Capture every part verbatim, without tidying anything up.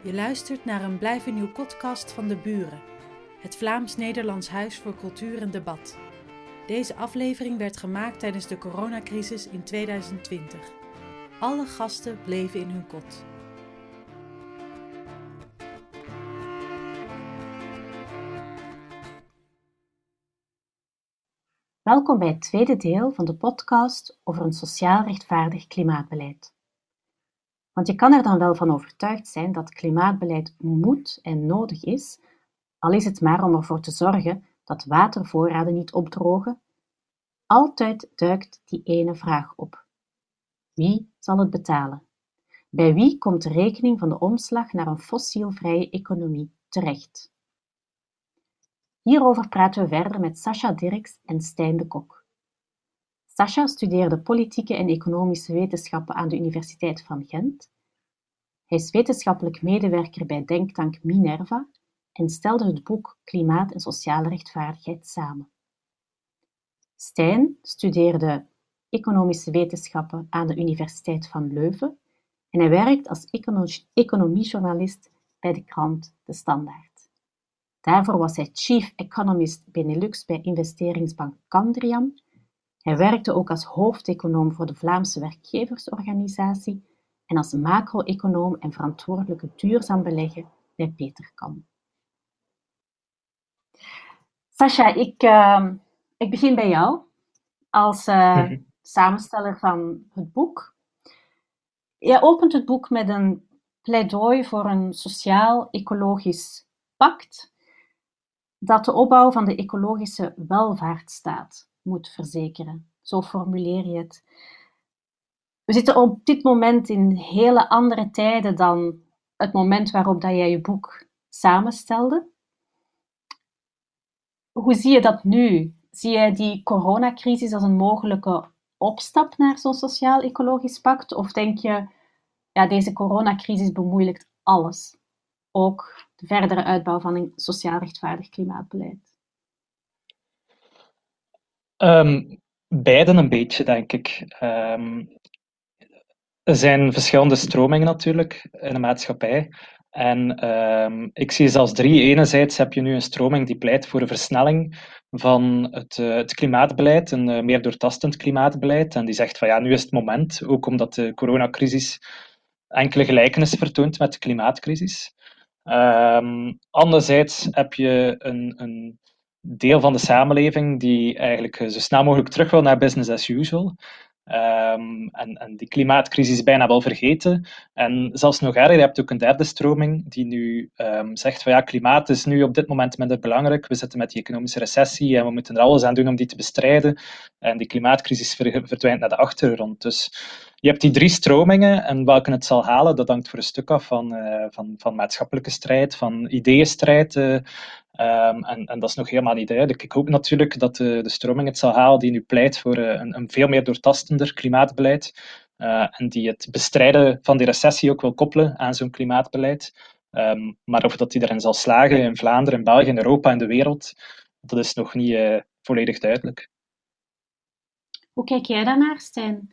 Je luistert naar een Blijf in uw podcast van De Buren, het Vlaams-Nederlands Huis voor Cultuur en Debat. Deze aflevering werd gemaakt tijdens de coronacrisis in tweeduizend twintig. Alle gasten bleven in hun kot. Welkom bij het tweede deel van de podcast over een sociaal rechtvaardig klimaatbeleid. Want je kan er dan wel van overtuigd zijn dat klimaatbeleid moet en nodig is, al is het maar om ervoor te zorgen dat watervoorraden niet opdrogen. Altijd duikt die ene vraag op. Wie zal het betalen? Bij wie komt de rekening van de omslag naar een fossielvrije economie terecht? Hierover praten we verder met Sascha Dirks en Stijn de Kok. Sascha studeerde politieke en economische wetenschappen aan de Universiteit van Gent. Hij is wetenschappelijk medewerker bij denktank Minerva en stelde het boek Klimaat en sociale rechtvaardigheid samen. Stijn studeerde economische wetenschappen aan de Universiteit van Leuven en hij werkt als econo- economiejournalist bij de krant De Standaard. Daarvoor was hij Chief Economist Benelux bij investeringsbank Candriam. Hij werkte ook als hoofdeconoom voor de Vlaamse werkgeversorganisatie en als macro-econoom en verantwoordelijke duurzaam beleggen bij Petercam. Sascha, ik, uh, ik begin bij jou als uh, mm-hmm. samensteller van het boek. Jij opent het boek met een pleidooi voor een sociaal-ecologisch pact dat de opbouw van de ecologische welvaartsstaat moet verzekeren. Zo formuleer je het. We zitten op dit moment in hele andere tijden dan het moment waarop dat jij je boek samenstelde. Hoe zie je dat nu? Zie jij die coronacrisis als een mogelijke opstap naar zo'n sociaal-ecologisch pact? Of denk je, ja, deze coronacrisis bemoeilijkt alles? Ook de verdere uitbouw van een sociaal rechtvaardig klimaatbeleid? Um, beiden een beetje, denk ik. Um, er zijn verschillende stromingen natuurlijk in de maatschappij. En um, ik zie zelfs drie. Enerzijds heb je nu een stroming die pleit voor een versnelling van het, uh, het klimaatbeleid, een uh, meer doortastend klimaatbeleid. En die zegt van ja, nu is het moment, ook omdat de coronacrisis enkele gelijkenissen vertoont met de klimaatcrisis. Um, anderzijds heb je een, een deel van de samenleving die eigenlijk zo snel mogelijk terug wil naar business as usual. Um, en, en die klimaatcrisis bijna wel vergeten. En zelfs nog erger, je hebt ook een derde stroming die nu um, zegt van ja, klimaat is nu op dit moment minder belangrijk. We zitten met die economische recessie en we moeten er alles aan doen om die te bestrijden. En die klimaatcrisis ver, verdwijnt naar de achtergrond. Dus je hebt die drie stromingen en welke het zal halen, dat hangt voor een stuk af van, uh, van, van maatschappelijke strijd, van ideeënstrijd. Uh, Um, en, en dat is nog helemaal niet duidelijk. Ik hoop natuurlijk dat de, de stroming het zal halen die nu pleit voor uh, een, een veel meer doortastender klimaatbeleid uh, en die het bestrijden van die recessie ook wil koppelen aan zo'n klimaatbeleid. Um, maar of dat die erin zal slagen in Vlaanderen, in België, in Europa en de wereld, dat is nog niet uh, volledig duidelijk. Hoe kijk jij daarnaar, Stijn?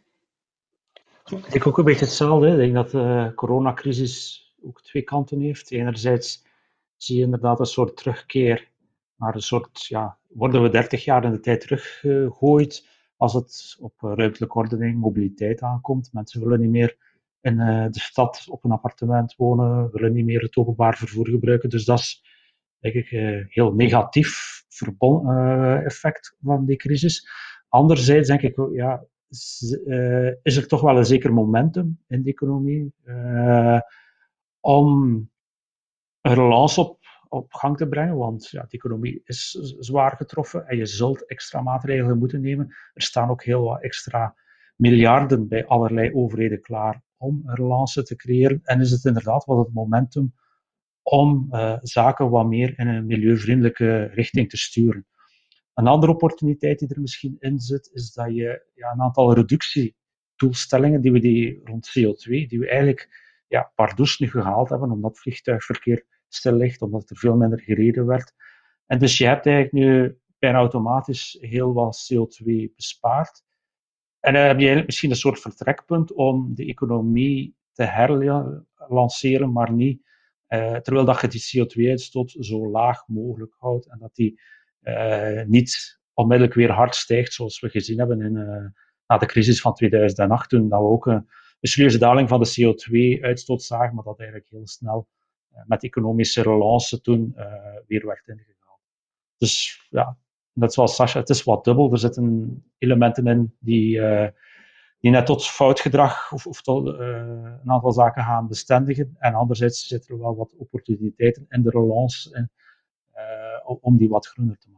Ik denk ook een beetje hetzelfde. Ik denk dat de coronacrisis ook twee kanten heeft. Enerzijds zie je inderdaad een soort terugkeer naar een soort, ja, worden we dertig jaar in de tijd teruggegooid als het op ruimtelijke ordening, mobiliteit aankomt. Mensen willen niet meer in uh, de stad op een appartement wonen, willen niet meer het openbaar vervoer gebruiken. Dus dat is, denk ik, een heel negatief verbon, uh, effect van die crisis. Anderzijds denk ik, ja, is, uh, is er toch wel een zeker momentum in de economie uh, om een relance op, op gang te brengen, want ja, de economie is zwaar getroffen en je zult extra maatregelen moeten nemen. Er staan ook heel wat extra miljarden bij allerlei overheden klaar om een relance te creëren. En is het inderdaad wel het momentum om uh, zaken wat meer in een milieuvriendelijke richting te sturen. Een andere opportuniteit die er misschien in zit, is dat je ja, een aantal reductiedoelstellingen die we die rond C O twee, die we eigenlijk ja, pardoes nu gehaald hebben, omdat vliegtuigverkeer stil ligt, omdat er veel minder gereden werd. En dus je hebt eigenlijk nu bijna automatisch heel wat C O twee bespaard. En dan heb je eigenlijk misschien een soort vertrekpunt om de economie te herlanceren, maar niet Uh, terwijl dat je die C O twee uitstoot zo laag mogelijk houdt en dat die uh, niet onmiddellijk weer hard stijgt, zoals we gezien hebben in, uh, na de crisis van tweeduizend acht, toen dat we ook een, een serieuze daling van de C O twee uitstoot zagen, maar dat eigenlijk heel snel uh, met economische relance toen uh, weer werd ingegaan. Dus ja, net zoals Sascha, het is wat dubbel. Er zitten elementen in die, uh, die net tot foutgedrag of, of tot uh, een aantal zaken gaan bestendigen. En anderzijds zitten er wel wat opportuniteiten in de relance in, uh, om die wat groener te maken.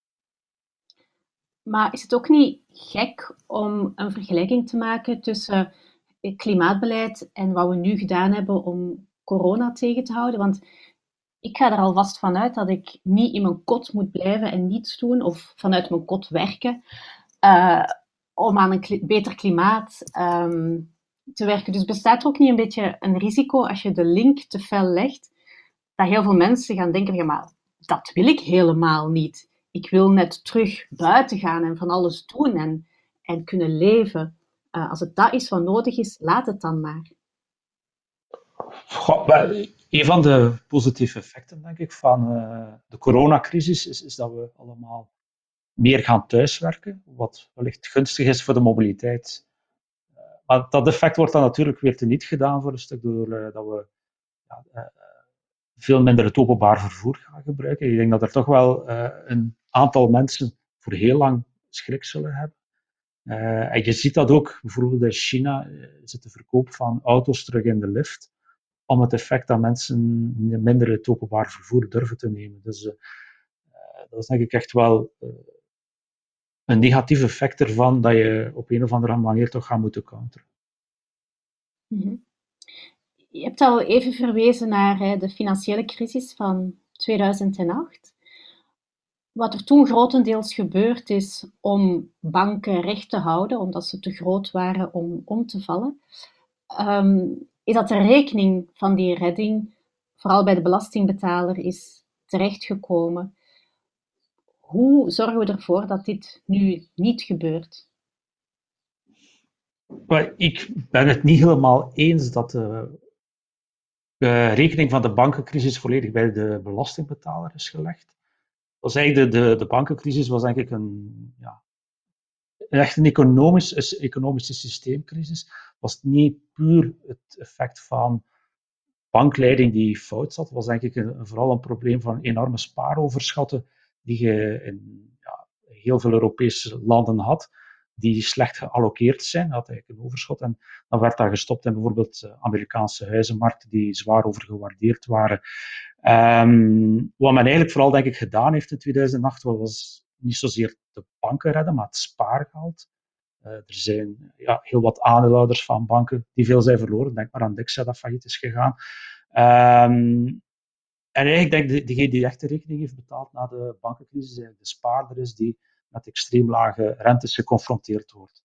Maar is het ook niet gek om een vergelijking te maken tussen klimaatbeleid en wat we nu gedaan hebben om corona tegen te houden? Want ik ga er alvast vanuit dat ik niet in mijn kot moet blijven en niets doen, of vanuit mijn kot werken, uh, om aan een kli- beter klimaat um, te werken. Dus bestaat er ook niet een beetje een risico, als je de link te fel legt, dat heel veel mensen gaan denken, ja, maar dat wil ik helemaal niet. Ik wil net terug buiten gaan en van alles doen en, en kunnen leven. Uh, als het dat is wat nodig is, laat het dan maar. Goh, maar een van de positieve effecten, denk ik, van uh, de coronacrisis is, is dat we allemaal meer gaan thuiswerken, wat wellicht gunstig is voor de mobiliteit. Uh, maar dat effect wordt dan natuurlijk weer teniet gedaan voor een stuk door uh, dat we ja, uh, veel minder het openbaar vervoer gaan gebruiken. Ik denk dat er toch wel uh, een aantal mensen voor heel lang schrik zullen hebben. Uh, en je ziet dat ook bijvoorbeeld in China, uh, zit de verkoop van auto's terug in de lift, om het effect dat mensen minder het openbaar vervoer durven te nemen. Dus uh, dat is denk ik echt wel uh, een negatief effect ervan dat je op een of andere manier toch gaat moeten counteren. Mm-hmm. Je hebt al even verwezen naar hè, de financiële crisis van tweeduizend acht. Wat er toen grotendeels gebeurd is om banken recht te houden, omdat ze te groot waren om om te vallen, um, is dat de rekening van die redding vooral bij de belastingbetaler is terechtgekomen. Hoe zorgen we ervoor dat dit nu niet gebeurt? Maar ik ben het niet helemaal eens dat de, de rekening van de bankencrisis volledig bij de belastingbetaler is gelegd. Was eigenlijk de, de, de bankencrisis was eigenlijk een, ja, echt een economisch, economische systeemcrisis. Was het niet puur het effect van bankleiding die fout zat. Het was denk ik een, vooral een probleem van enorme spaaroverschatten die je in ja, heel veel Europese landen had, die slecht geallockeerd zijn. Dat had eigenlijk een overschot. En dan werd dat gestopt in bijvoorbeeld Amerikaanse huizenmarkten die zwaar overgewaardeerd waren. Um, wat men eigenlijk vooral denk ik gedaan heeft in tweeduizend acht was niet zozeer de banken redden, maar het spaargeld. Uh, er zijn ja, heel wat aandeelhouders van banken die veel zijn verloren. Denk maar aan Dexia dat failliet is gegaan. Um, en eigenlijk denk ik, degene die echt de rekening heeft betaald na de bankencrisis, eigenlijk de spaarder is die met extreem lage rentes geconfronteerd wordt.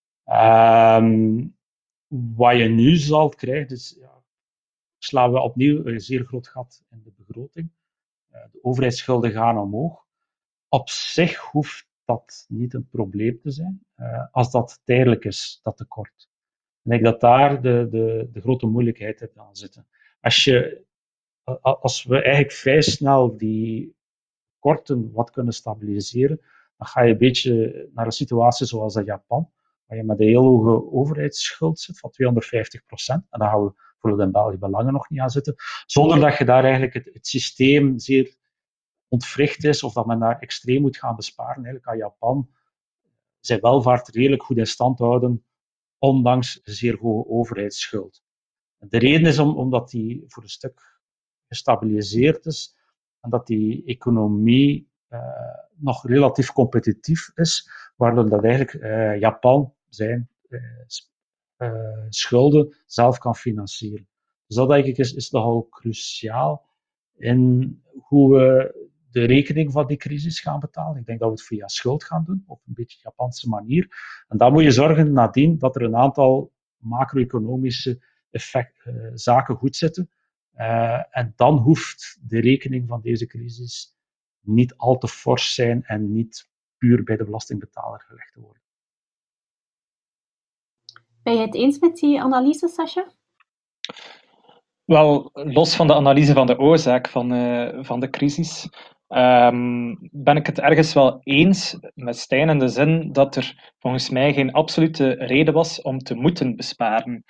Um, wat je nu zal krijgen, dus ja, slaan we opnieuw een zeer groot gat in de begroting. Uh, de overheidsschulden gaan omhoog. Op zich hoeft dat niet een probleem te zijn, uh, als dat tijdelijk is, dat tekort. Ik denk dat daar de, de, de grote moeilijkheid aan zit. Als, je, als we eigenlijk vrij snel die tekorten wat kunnen stabiliseren, dan ga je een beetje naar een situatie zoals in Japan, waar je met een heel hoge overheidsschuld zit van tweehonderdvijftig procent. En daar gaan we bijvoorbeeld in België belangen nog niet aan zitten, zonder dat je daar eigenlijk het, het systeem zeer ontwricht is of dat men daar extreem moet gaan besparen. Eigenlijk kan Japan zijn welvaart redelijk goed in stand houden, ondanks een zeer hoge overheidsschuld. De reden is om, omdat die voor een stuk gestabiliseerd is en dat die economie uh, nog relatief competitief is, waardoor dat eigenlijk uh, Japan zijn uh, uh, schulden zelf kan financieren. Dus dat denk ik is, is nogal cruciaal in hoe we de rekening van die crisis gaan betalen. Ik denk dat we het via schuld gaan doen, op een beetje Japanse manier. En dan moet je zorgen nadien dat er een aantal macro-economische effect, uh, zaken goed zitten. Uh, en dan hoeft de rekening van deze crisis niet al te fors zijn en niet puur bij de belastingbetaler gelegd te worden. Ben je het eens met die analyse, Sascha? Wel, los van de analyse van de oorzaak van, uh, van de crisis, um, ben ik het ergens wel eens met Stijn in de zin dat er volgens mij geen absolute reden was om te moeten besparen.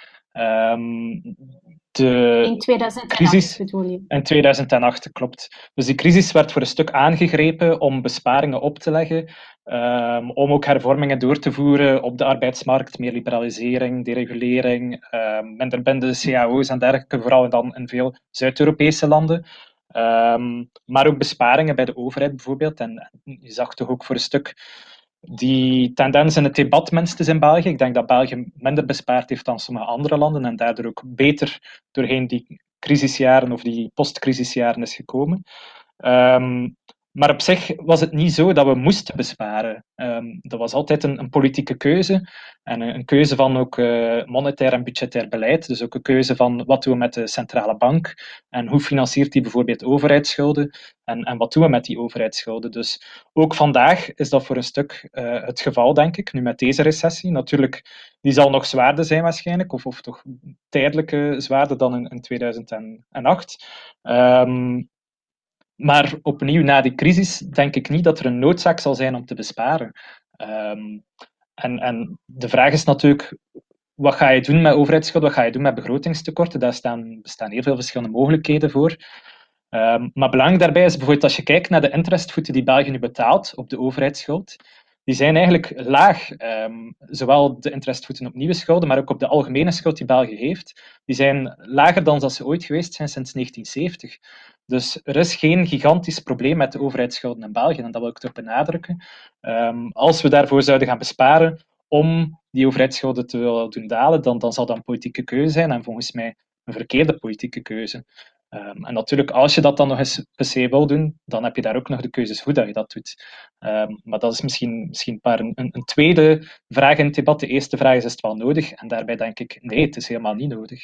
Um, de in tweeduizend acht crisis, bedoel je? In tweeduizend acht, klopt. Dus die crisis werd voor een stuk aangegrepen om besparingen op te leggen, um, om ook hervormingen door te voeren op de arbeidsmarkt, meer liberalisering, deregulering, um, minder bindende C A O's en dergelijke, vooral dan in veel Zuid-Europese landen. Um, maar ook besparingen bij de overheid bijvoorbeeld. En je zag toch ook voor een stuk die tendens in het debat minstens in België. Ik denk dat België minder bespaard heeft dan sommige andere landen en daardoor ook beter doorheen die crisisjaren of die postcrisisjaren is gekomen. Um, maar op zich was het niet zo dat we moesten besparen. Um, dat was altijd een, een politieke keuze. En een, een keuze van ook uh, monetair en budgetair beleid. Dus ook een keuze van wat doen we met de centrale bank en hoe financiert die bijvoorbeeld overheidsschulden en, en wat doen we met die overheidsschulden. Dus ook vandaag is dat voor een stuk uh, het geval, denk ik, nu met deze recessie. Natuurlijk, die zal nog zwaarder zijn waarschijnlijk, of, of toch tijdelijk uh, zwaarder dan in, in tweeduizend acht. Um, Maar opnieuw, na die crisis, denk ik niet dat er een noodzaak zal zijn om te besparen. Um, en, en de vraag is natuurlijk, wat ga je doen met overheidsschuld, wat ga je doen met begrotingstekorten? Daar staan, bestaan heel veel verschillende mogelijkheden voor. Um, maar belangrijk daarbij is bijvoorbeeld als je kijkt naar de interestvoeten die België nu betaalt op de overheidsschuld, die zijn eigenlijk laag. Um, zowel de interestvoeten op nieuwe schulden, maar ook op de algemene schuld die België heeft, die zijn lager dan dat ze ooit geweest zijn sinds negentien zeventig. Dus er is geen gigantisch probleem met de overheidsschulden in België, en dat wil ik toch benadrukken. Um, als we daarvoor zouden gaan besparen om die overheidsschulden te willen doen dalen, dan, dan zal dat een politieke keuze zijn, en volgens mij een verkeerde politieke keuze. Um, en natuurlijk, als je dat dan nog eens per se wil doen, dan heb je daar ook nog de keuzes hoe dat je dat doet. Um, maar dat is misschien, misschien maar een, een, een tweede vraag in het debat. De eerste vraag is, is het wel nodig? En daarbij denk ik, nee, het is helemaal niet nodig.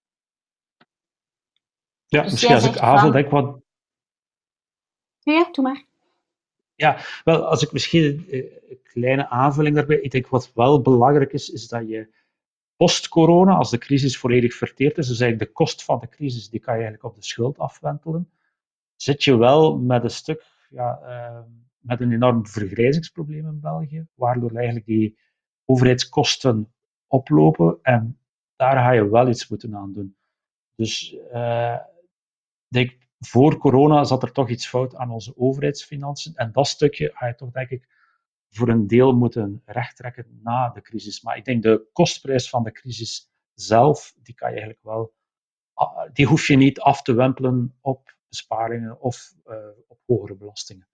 Ja, dus misschien als ik aanvul, denk wat... Ja, doe maar. Ja, wel, als ik misschien een kleine aanvulling daarbij... Ik denk wat wel belangrijk is, is dat je post-corona, als de crisis volledig verteerd is, dus eigenlijk de kost van de crisis, die kan je eigenlijk op de schuld afwentelen, zit je wel met een stuk, ja, uh, met een enorm vergrijzingsprobleem in België, waardoor eigenlijk die overheidskosten oplopen en daar ga je wel iets moeten aan doen. Dus uh, denk, voor corona zat er toch iets fout aan onze overheidsfinanciën en dat stukje ga je toch, denk ik, voor een deel moeten rechttrekken na de crisis. Maar ik denk de kostprijs van de crisis zelf, die kan je eigenlijk wel, die hoef je niet af te wempelen op besparingen of uh, op hogere belastingen.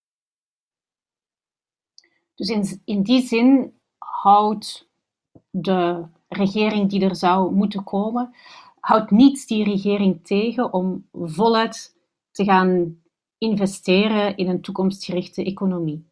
Dus in, in die zin houdt de regering die er zou moeten komen, houdt niets die regering tegen om voluit te gaan investeren in een toekomstgerichte economie.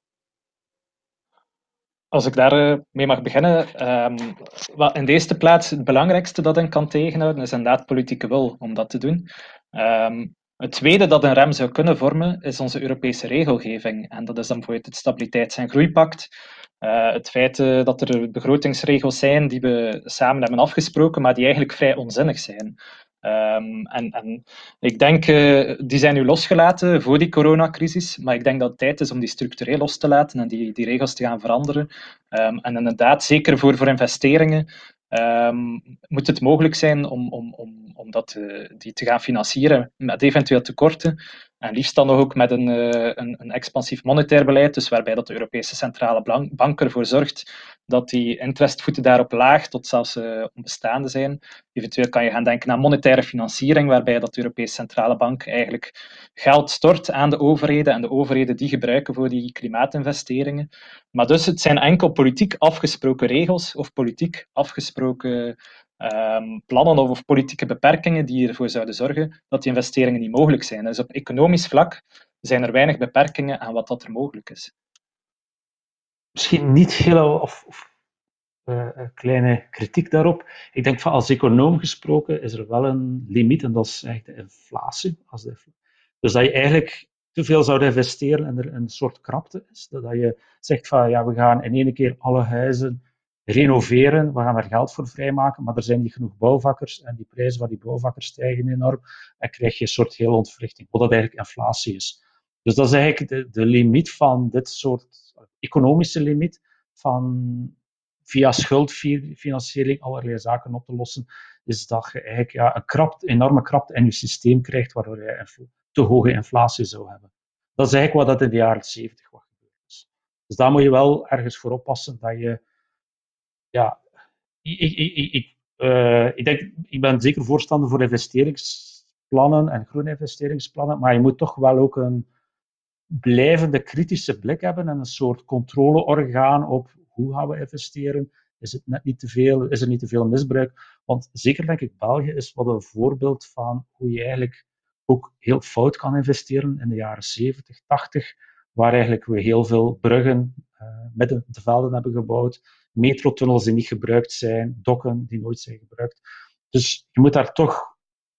Als ik daarmee mag beginnen, um, well, in de eerste plaats het belangrijkste dat ik kan tegenhouden is inderdaad politieke wil om dat te doen. Um, het tweede dat een rem zou kunnen vormen is onze Europese regelgeving. En dat is dan bijvoorbeeld het Stabiliteits- en Groeipact. Uh, het feit uh, dat er begrotingsregels zijn die we samen hebben afgesproken, maar die eigenlijk vrij onzinnig zijn. Um, en, en ik denk, uh, die zijn nu losgelaten voor die coronacrisis, maar ik denk dat het tijd is om die structureel los te laten en die, die regels te gaan veranderen. Um, en inderdaad, zeker voor, voor investeringen, um, moet het mogelijk zijn om, om, om, om dat, uh, die te gaan financieren met eventueel tekorten. En liefst dan nog ook met een, uh, een, een expansief monetair beleid, dus waarbij dat de Europese Centrale Bank ervoor zorgt dat die interestvoeten daarop laag tot zelfs uh, onbestaande zijn. Eventueel kan je gaan denken aan monetaire financiering, waarbij dat de Europese Centrale Bank eigenlijk geld stort aan de overheden en de overheden die gebruiken voor die klimaatinvesteringen. Maar dus het zijn enkel politiek afgesproken regels of politiek afgesproken um, plannen of, of politieke beperkingen die ervoor zouden zorgen dat die investeringen niet mogelijk zijn. Dus op economisch vlak zijn er weinig beperkingen aan wat dat er mogelijk is. Misschien niet heel of, of uh, een kleine kritiek daarop. Ik denk van als econoom gesproken is er wel een limiet en dat is eigenlijk de inflatie. Als de, dus dat je eigenlijk te veel zou investeren en er een soort krapte is. Dat je zegt van ja, we gaan in één keer alle huizen renoveren, we gaan er geld voor vrijmaken, maar er zijn niet genoeg bouwvakkers en die prijzen van die bouwvakkers stijgen enorm en krijg je een soort hele ontwrichting, wat dat eigenlijk inflatie is. Dus dat is eigenlijk de, de limiet van dit soort economische limiet van via schuldfinanciering allerlei zaken op te lossen, is dat je eigenlijk ja, een krapte, enorme krapte in je systeem krijgt, waardoor je te hoge inflatie zou hebben. Dat is eigenlijk wat dat in de jaren zeventig was gebeurd is. Dus daar moet je wel ergens voor oppassen dat je... Ja, ik, ik, ik, ik, uh, ik, denk, ik ben zeker voorstander voor investeringsplannen en groene investeringsplannen, maar je moet toch wel ook een blijvende kritische blik hebben en een soort controleorgaan op hoe gaan we investeren. Is het net niet te veel? Is er niet te veel misbruik? Want zeker denk ik, België is wat een voorbeeld van hoe je eigenlijk ook heel fout kan investeren in de jaren zeventig, tachtig, waar eigenlijk we heel veel bruggen uh, midden de velden hebben gebouwd, metrotunnels die niet gebruikt zijn, dokken die nooit zijn gebruikt. Dus je moet daar toch,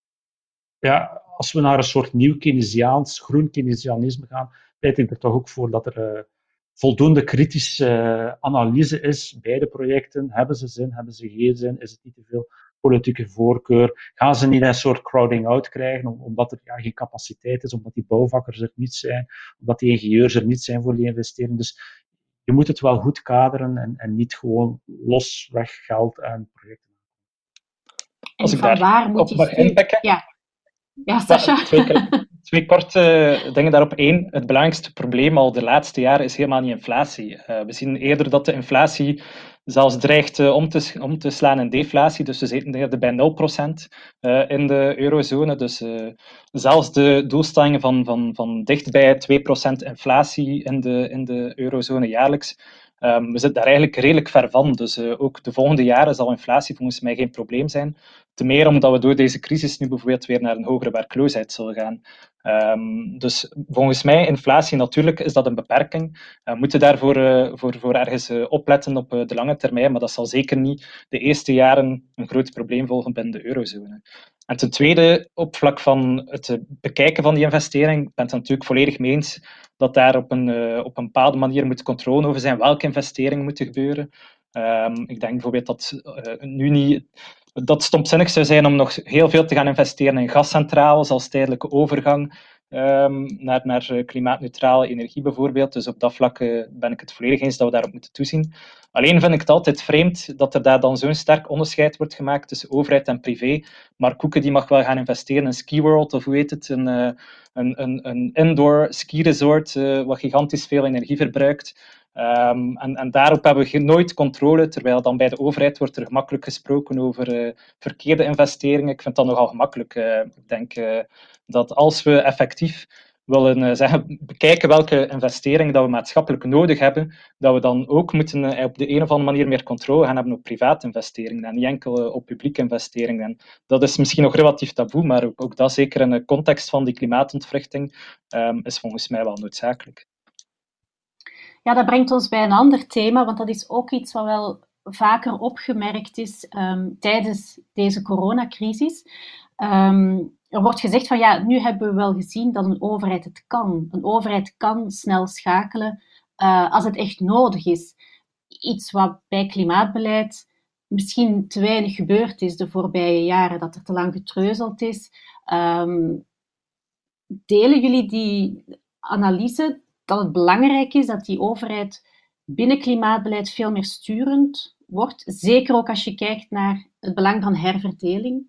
ja, als we naar een soort nieuw Keynesiaans, groen Keynesianisme gaan, pleit ik er toch ook voor dat er uh, voldoende kritische uh, analyse is bij de projecten. Hebben ze zin, hebben ze geen zin, is het niet te veel politieke voorkeur? Gaan ze niet een soort crowding out krijgen, omdat er ja, geen capaciteit is, omdat die bouwvakkers er niet zijn, omdat die ingenieurs er niet zijn voor die investeringen. Dus je moet het wel goed kaderen en, en niet gewoon los weg geld en projecten. En van waar moet die steun... Ja, ja Sascha. Twee, twee korte dingen daarop. Eén, het belangrijkste probleem al de laatste jaren is helemaal niet inflatie. Uh, we zien eerder dat de inflatie zelfs dreigt uh, om, te, om te slaan in deflatie. Dus we zitten eerder bij nul procent uh, in de eurozone. Dus uh, zelfs de doelstellingen van, van, van dicht bij twee procent inflatie in de, in de eurozone jaarlijks. Um, we zitten daar eigenlijk redelijk ver van. Dus uh, ook de volgende jaren zal inflatie volgens mij geen probleem zijn. Te meer omdat we door deze crisis nu bijvoorbeeld weer naar een hogere werkloosheid zullen gaan. Um, dus volgens mij, inflatie natuurlijk is dat een beperking. Uh, we moeten daarvoor uh, voor, voor ergens uh, opletten op uh, de lange termijn, maar dat zal zeker niet de eerste jaren een groot probleem volgen binnen de eurozone. En ten tweede, op vlak van het bekijken van die investering, ik ben het natuurlijk volledig mee eens dat daar op een, uh, op een bepaalde manier moet controle over zijn welke investeringen moeten gebeuren. Um, ik denk bijvoorbeeld dat uh, nu niet... dat het stomzinnig zou zijn om nog heel veel te gaan investeren in gascentrales als tijdelijke overgang um, naar, naar klimaatneutrale energie bijvoorbeeld. Dus op dat vlak uh, ben ik het volledig eens dat we daarop moeten toezien. Alleen vind ik het altijd vreemd dat er daar dan zo'n sterk onderscheid wordt gemaakt tussen overheid en privé. Maar Koeken die mag wel gaan investeren in SkiWorld, of hoe heet het, een, uh, een, een, een indoor ski-resort uh, wat gigantisch veel energie verbruikt. Um, en, en daarop hebben we nooit controle, terwijl dan bij de overheid wordt er gemakkelijk gesproken over uh, verkeerde investeringen. Ik vind dat nogal gemakkelijk. Uh, ik denk uh, dat als we effectief willen uh, zeggen, bekijken welke investeringen dat we maatschappelijk nodig hebben, dat we dan ook moeten uh, op de een of andere manier meer controle gaan hebben op private investeringen en niet enkel uh, op publieke investeringen. En dat is misschien nog relatief taboe, maar ook, ook dat zeker in de context van die klimaatontwrichting um, is volgens mij wel noodzakelijk. Ja, dat brengt ons bij een ander thema, want dat is ook iets wat wel vaker opgemerkt is um, tijdens deze coronacrisis. Um, er wordt gezegd van ja, nu hebben we wel gezien dat een overheid het kan. Een overheid kan snel schakelen uh, als het echt nodig is. Iets wat bij klimaatbeleid misschien te weinig gebeurd is de voorbije jaren, dat er te lang getreuzeld is. Um, delen jullie die analyse dat het belangrijk is dat die overheid binnen klimaatbeleid veel meer sturend wordt, zeker ook als je kijkt naar het belang van herverdeling?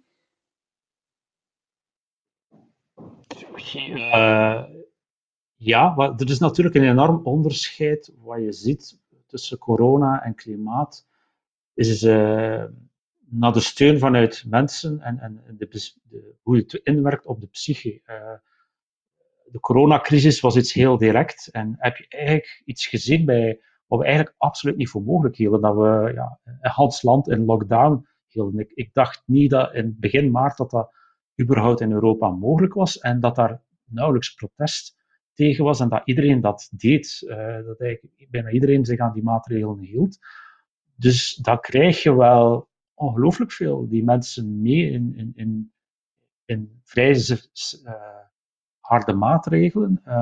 Uh, ja, maar er is natuurlijk een enorm onderscheid wat je ziet tussen corona en klimaat. Is uh, naar de steun vanuit mensen en, en de, de, hoe het inwerkt op de psyche. Uh, De coronacrisis was iets heel direct en heb je eigenlijk iets gezien bij wat we eigenlijk absoluut niet voor mogelijk hielden, dat we ja, een Hans land in lockdown hielden. Ik, ik dacht niet dat in begin maart dat dat überhaupt in Europa mogelijk was en dat daar nauwelijks protest tegen was en dat iedereen dat deed. Uh, dat eigenlijk bijna iedereen zich aan die maatregelen hield. Dus dan krijg je wel ongelooflijk veel die mensen mee in, in, in, in vrij uh, harde maatregelen. Um,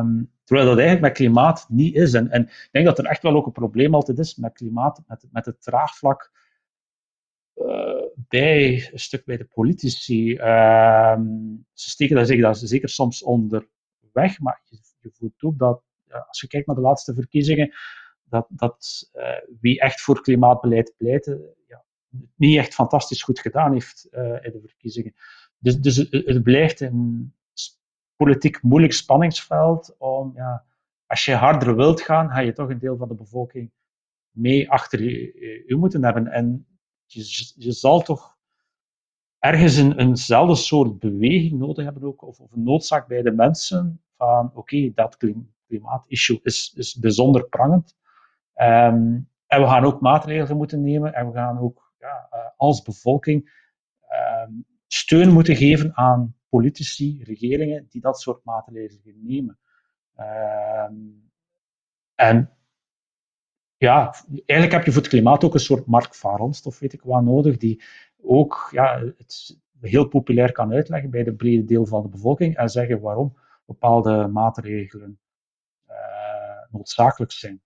Terwijl dat eigenlijk met klimaat niet is. En, en ik denk dat er echt wel ook een probleem altijd is met klimaat, met, met het draagvlak uh, bij een stuk bij de politici. Uh, ze steken daar zeker, dat zeker soms onderweg, maar je, je voelt ook dat, uh, als je kijkt naar de laatste verkiezingen, dat, dat uh, wie echt voor klimaatbeleid pleitte, ja, het niet echt fantastisch goed gedaan heeft uh, in de verkiezingen. Dus, dus het, het blijft een politiek moeilijk spanningsveld om, ja, als je harder wilt gaan, ga je toch een deel van de bevolking mee achter je, je moeten hebben. En je, je zal toch ergens een, eenzelfde soort beweging nodig hebben ook, of, of een noodzaak bij de mensen van, oké, okay, dat klimaatissue is, is bijzonder prangend. Um, en we gaan ook maatregelen moeten nemen en we gaan ook ja, uh, als bevolking um, steun moeten geven aan politici, regeringen, die dat soort maatregelen nemen. Um, en ja, eigenlijk heb je voor het klimaat ook een soort Mark Varons, weet ik wat, nodig, die ook ja, het heel populair kan uitleggen bij de brede deel van de bevolking en zeggen waarom bepaalde maatregelen uh, noodzakelijk zijn.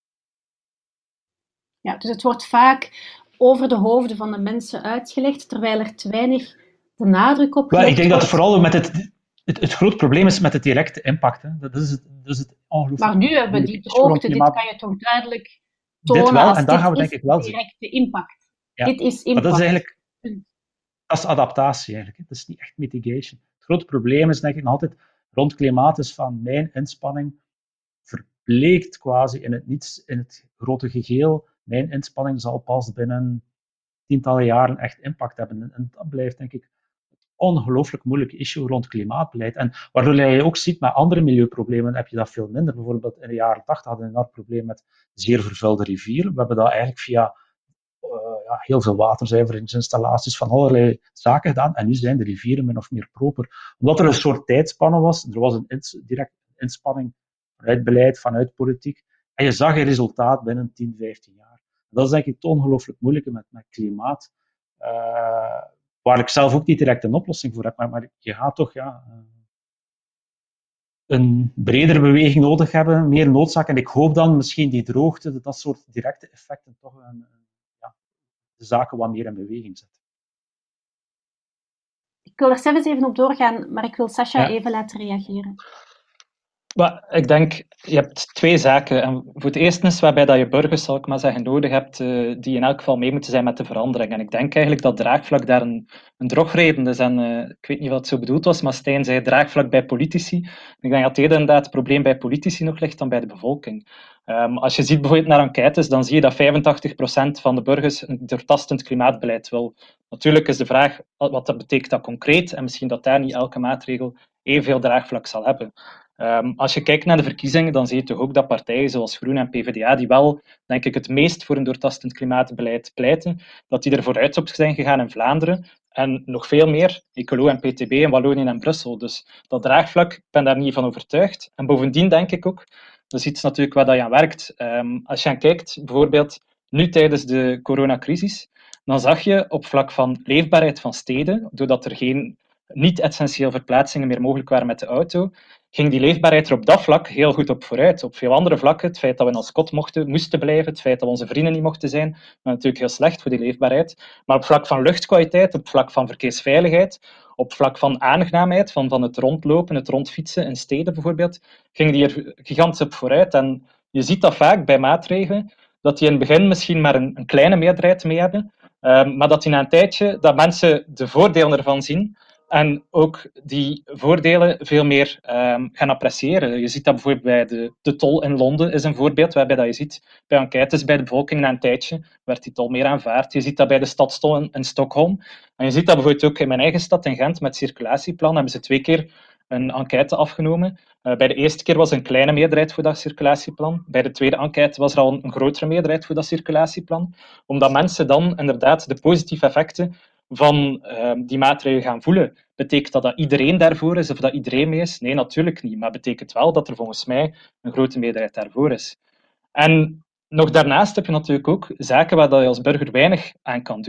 Ja, dus het wordt vaak over de hoofden van de mensen uitgelegd, terwijl er te weinig de nadruk op ligt. Ik denk dat het vooral met het, het, het groot probleem is met de directe impact. Hè. Dat is het, dat is het ongelooflijk. Maar nu hebben we die droogte, dit kan je toch duidelijk tonen dit wel, als en daar dit gaan we denk is ik wel directe impact. Ja, dit is impact. Maar dat is eigenlijk dat is adaptatie eigenlijk. Hè. Dat is niet echt mitigation. Het grote probleem is denk ik nog altijd rond klimaat is van mijn inspanning verbleekt quasi in het niets, in het grote geheel. Mijn inspanning zal pas binnen tientallen jaren echt impact hebben. En dat blijft, denk ik, het ongelooflijk moeilijke issue rond klimaatbeleid. En waardoor je ook ziet met andere milieuproblemen, heb je dat veel minder. Bijvoorbeeld in de jaren tachtig hadden we een enorm probleem met zeer vervuilde rivieren. We hebben dat eigenlijk via uh, ja, heel veel waterzuiveringsinstallaties van allerlei zaken gedaan. En nu zijn de rivieren min of meer proper. Omdat er een soort tijdspanne was. Er was een ins- direct inspanning vanuit beleid, vanuit politiek. En je zag een resultaat binnen tien, vijftien jaar. Dat is denk ik het ongelooflijk moeilijke met, met klimaat. Uh, waar ik zelf ook niet direct een oplossing voor heb. Maar, maar je gaat toch ja, uh, een bredere beweging nodig hebben, meer noodzaak. En ik hoop dan misschien die droogte, dat, dat soort directe effecten toch een, ja, de zaken wat meer in beweging zetten. Ik wil er zelfs even op doorgaan, maar ik wil Sascha ja. even laten reageren. Maar ik denk, je hebt twee zaken. En voor het eerste is waarbij dat je burgers, zal ik maar zeggen, nodig hebt, uh, die in elk geval mee moeten zijn met de verandering. En ik denk eigenlijk dat draagvlak daar een, een drogreden is. En uh, ik weet niet wat het zo bedoeld was, maar Stijn zei draagvlak bij politici. Ik denk dat eerder inderdaad het probleem bij politici nog ligt dan bij de bevolking. Um, als je ziet bijvoorbeeld naar enquêtes, dan zie je dat vijfentachtig procent van de burgers een doortastend klimaatbeleid wil. Natuurlijk is de vraag, wat dat betekent dat concreet? En misschien dat daar niet elke maatregel evenveel draagvlak zal hebben. Um, als je kijkt naar de verkiezingen, dan zie je toch ook dat partijen zoals Groen en P V D A, die wel, denk ik, het meest voor een doortastend klimaatbeleid pleiten, dat die er vooruit op zijn gegaan in Vlaanderen. En nog veel meer, Ecolo en P T B in Wallonië en Brussel. Dus dat draagvlak, ik ben daar niet van overtuigd. En bovendien denk ik ook, dat is iets natuurlijk waar je aan werkt. Um, als je aan kijkt, bijvoorbeeld nu tijdens de coronacrisis, dan zag je op vlak van leefbaarheid van steden, doordat er geen niet-essentieel verplaatsingen meer mogelijk waren met de auto, ging die leefbaarheid er op dat vlak heel goed op vooruit. Op veel andere vlakken, het feit dat we in ons kot mochten, moesten blijven, het feit dat we onze vrienden niet mochten zijn, was natuurlijk heel slecht voor die leefbaarheid. Maar op vlak van luchtkwaliteit, op vlak van verkeersveiligheid, op vlak van aangenaamheid, van, van het rondlopen, het rondfietsen in steden bijvoorbeeld, ging die er gigantisch op vooruit. En je ziet dat vaak bij maatregelen, dat die in het begin misschien maar een, een kleine meerderheid mee hebben, uh, maar dat die na een tijdje, dat mensen de voordelen ervan zien, en ook die voordelen veel meer um, gaan appreciëren. Je ziet dat bijvoorbeeld bij de, de tol in Londen, is een voorbeeld waarbij dat je ziet, bij enquêtes bij de bevolking na een tijdje werd die tol meer aanvaard. Je ziet dat bij de stadstol in, in Stockholm. En je ziet dat bijvoorbeeld ook in mijn eigen stad, in Gent, met het circulatieplan, hebben ze twee keer een enquête afgenomen. Uh, bij de eerste keer was er een kleine meerderheid voor dat circulatieplan. Bij de tweede enquête was er al een, een grotere meerderheid voor dat circulatieplan. Omdat mensen dan inderdaad de positieve effecten van uh, die maatregelen gaan voelen. Betekent dat dat iedereen daarvoor is of dat iedereen mee is? Nee, natuurlijk niet. Maar betekent wel dat er volgens mij een grote meerderheid daarvoor is. En nog daarnaast heb je natuurlijk ook zaken waar je als burger weinig aan kan doen.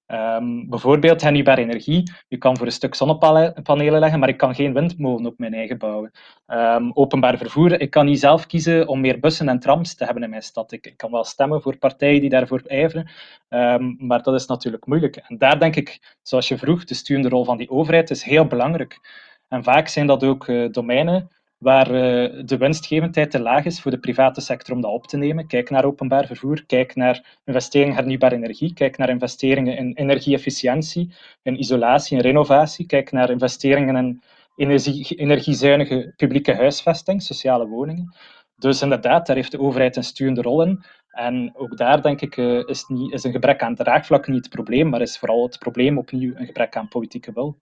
Um, bijvoorbeeld hernieuwbare energie. Je kan voor een stuk zonnepanelen leggen, maar ik kan geen windmolen op mijn eigen bouwen. Um, openbaar vervoer. Ik kan niet zelf kiezen om meer bussen en trams te hebben in mijn stad. Ik, ik kan wel stemmen voor partijen die daarvoor ijveren, um, maar dat is natuurlijk moeilijk. En daar denk ik, zoals je vroeg, de sturende rol van die overheid is heel belangrijk. En vaak zijn dat ook uh, domeinen waar uh, de winstgevendheid te laag is voor de private sector om dat op te nemen. Kijk naar openbaar vervoer, kijk naar investeringen in hernieuwbare energie, kijk naar investeringen in energie-efficiëntie, in isolatie en renovatie, kijk naar investeringen in energie, energiezuinige publieke huisvesting, sociale woningen. Dus inderdaad, daar heeft de overheid een sturende rol in. En ook daar, denk ik, uh, is, niet, is een gebrek aan draagvlak niet het probleem, maar is vooral het probleem opnieuw een gebrek aan politieke wil.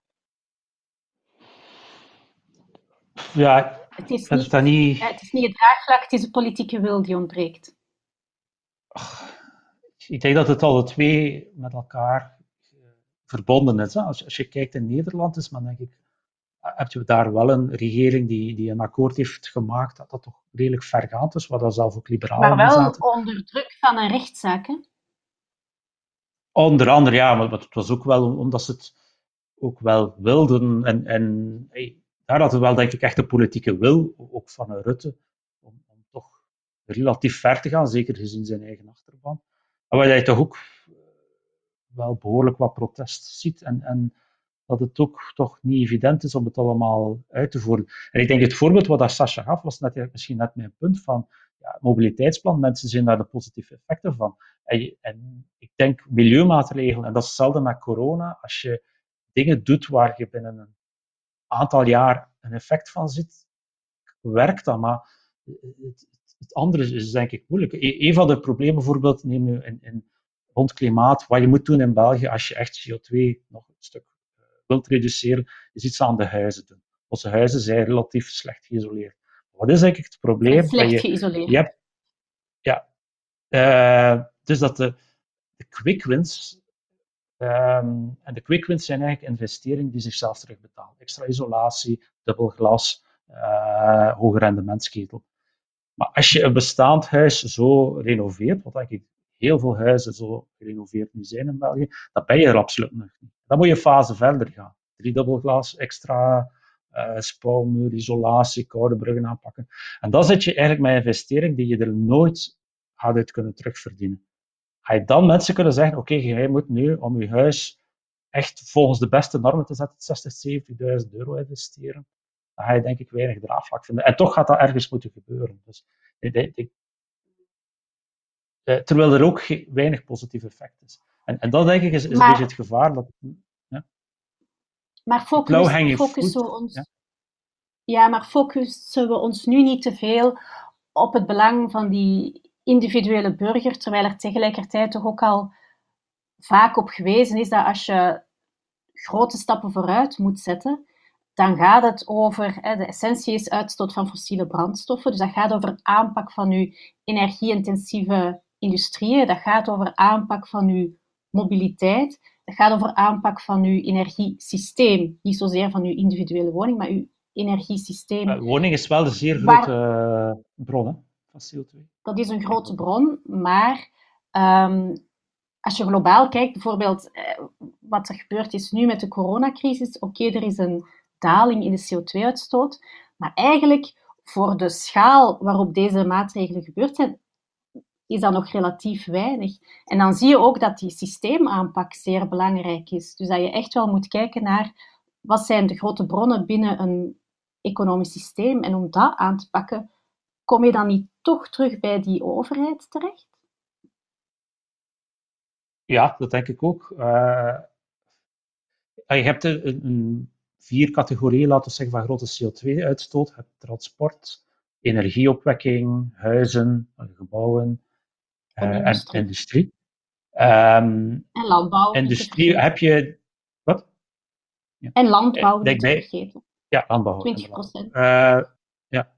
Ja, Het is, dat niet, dat niet... ja, het is niet het draagvlak, het is de politieke wil die ontbreekt. Ach, ik denk dat het alle twee met elkaar verbonden is. Hè. Als, als je kijkt in Nederland, is, dan denk ik, heb je daar wel een regering die, die een akkoord heeft gemaakt dat dat toch redelijk vergaand is, waar dat zelf ook liberalen Maar wel zaten. onder druk van een rechtszaak, hè? Onder andere, ja, maar het was ook wel omdat ze het ook wel wilden. En, en hey, daar had het wel, denk ik, echt de politieke wil, ook van Rutte, om, om toch relatief ver te gaan, zeker gezien zijn eigen achterban. Maar waar je toch ook wel behoorlijk wat protest ziet en, en dat het ook toch niet evident is om het allemaal uit te voeren. En ik denk het voorbeeld wat Sascha gaf, was net, misschien net mijn punt van ja, mobiliteitsplan, mensen zien daar de positieve effecten van. En, je, en ik denk milieumaatregelen, en dat is hetzelfde met corona, als je dingen doet waar je binnen een aantal jaar een effect van ziet, werkt dat, maar het, het andere is denk ik moeilijk. Een van de problemen bijvoorbeeld, neem je in, in, rond klimaat, wat je moet doen in België als je echt C O twee nog een stuk wilt reduceren, is iets aan de huizen doen. Onze huizen zijn relatief slecht geïsoleerd. Wat is eigenlijk het probleem? Slecht dat je, geïsoleerd. Je hebt, ja, uh, dus dat de, de quick wins, um, en de quick wins zijn eigenlijk investeringen die zichzelf terugbetalen. Extra isolatie, dubbel glas, uh, hoge rendementsketel. Maar als je een bestaand huis zo renoveert, wat denk ik heel veel huizen zo gerenoveerd nu zijn in België, dan ben je er absoluut nog niet. Dan moet je een fase verder gaan. Drie dubbelglas, extra uh, spouwmuur, isolatie, koude bruggen aanpakken. En dan zit je eigenlijk met investering die je er nooit gaat uit kunnen terugverdienen. Ga je dan mensen kunnen zeggen, oké, okay, jij moet nu om je huis echt volgens de beste normen te zetten, zestig, zeventigduizend euro investeren, dan ga je denk ik weinig draagvlak vinden. En toch gaat dat ergens moeten gebeuren. Dus, ik, ik, terwijl er ook geen, weinig positief effect is. En, en dat denk ik is, is maar, een beetje het gevaar. Dat, ja. Maar focus, focussen we ons... Ja? ja, maar focussen we ons nu niet te veel op het belang van die individuele burger, terwijl er tegelijkertijd toch ook al vaak op gewezen is dat als je grote stappen vooruit moet zetten, dan gaat het over, hè, de essentie is uitstoot van fossiele brandstoffen, dus dat gaat over aanpak van uw energie-intensieve industrieën, dat gaat over aanpak van uw mobiliteit, dat gaat over aanpak van uw energiesysteem, niet zozeer van uw individuele woning, maar uw energiesysteem. Uh, woning is wel een zeer grote Waar, bron, hè, van C O twee. Dat is een grote bron, maar um, als je globaal kijkt, bijvoorbeeld eh, wat er gebeurd is nu met de coronacrisis, oké, okay, er is een daling in de C O twee uitstoot, maar eigenlijk voor de schaal waarop deze maatregelen gebeurd zijn, is dat nog relatief weinig. En dan zie je ook dat die systeemaanpak zeer belangrijk is. Dus dat je echt wel moet kijken naar wat zijn de grote bronnen binnen een economisch systeem. En om dat aan te pakken, kom je dan niet toch terug bij die overheid terecht? Ja, dat denk ik ook. Uh, je hebt een, een vier categorieën, laten we zeggen, van grote C O twee uitstoot. Je hebt transport, energieopwekking, huizen, gebouwen uh, en industrie. En, industrie. Um, en landbouw. Industrie heb je... Wat? Ja. En landbouw, uh, niet te vergeten. Ja, landbouw. twintig procent. Uh, ja.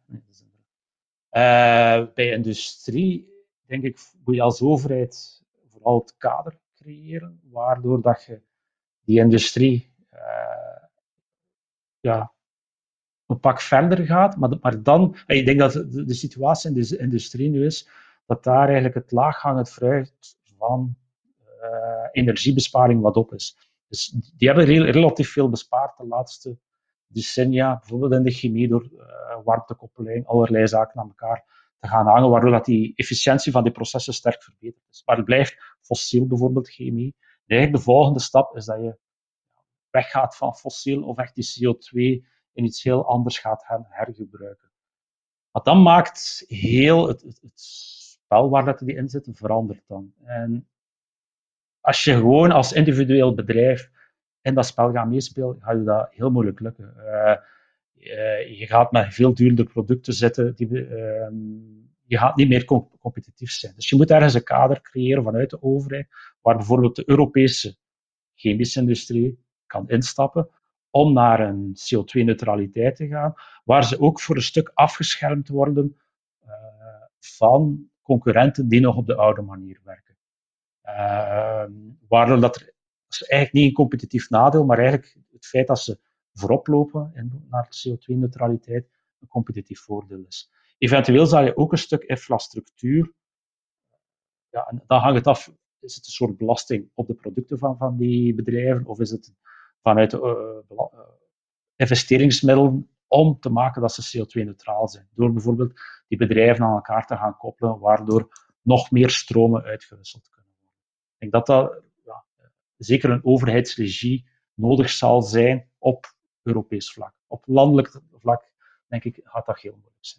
Uh, bij industrie, denk ik, moet je als overheid vooral het kader creëren, waardoor dat je die industrie uh, ja, een pak verder gaat. Maar, maar dan, ik denk dat de, de situatie in de industrie nu is, dat daar eigenlijk het laaghangend fruit van uh, energiebesparing wat op is. Dus die hebben heel, relatief veel bespaard de laatste decennia, bijvoorbeeld in de chemie, door uh, warmtekoppeling, allerlei zaken aan elkaar te gaan hangen, waardoor dat die efficiëntie van die processen sterk verbeterd is. Maar het blijft fossiel, bijvoorbeeld chemie. En eigenlijk de volgende stap is dat je weggaat van fossiel of echt die C O twee in iets heel anders gaat hergebruiken. Wat dan maakt heel het, het, het spel waar dat die in zitten verandert dan. En als je gewoon als individueel bedrijf in dat spel gaat meespelen, ga je dat heel moeilijk lukken. Uh, uh, je gaat met veel duurder producten zitten, die, uh, je gaat niet meer comp- competitief zijn. Dus je moet ergens een kader creëren vanuit de overheid, waar bijvoorbeeld de Europese chemische industrie kan instappen om naar een C O twee neutraliteit te gaan, waar ze ook voor een stuk afgeschermd worden uh, van concurrenten die nog op de oude manier werken. Uh, waardoor dat er dat is eigenlijk niet een competitief nadeel, maar eigenlijk het feit dat ze voorop lopen in, naar C O twee neutraliteit een competitief voordeel is. Eventueel zal je ook een stuk infrastructuur, ja, en dan hangt het af, is het een soort belasting op de producten van, van die bedrijven, of is het vanuit uh, uh, investeringsmiddelen om te maken dat ze C O twee neutraal zijn, door bijvoorbeeld die bedrijven aan elkaar te gaan koppelen, waardoor nog meer stromen uitgewisseld kunnen worden. Ik denk dat dat ja, zeker een overheidsregie nodig zal zijn op Europees vlak. Op landelijk vlak, denk ik, gaat dat heel moeilijk zijn.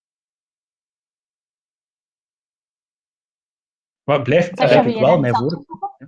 Maar het blijft eigenlijk wel mijn voor.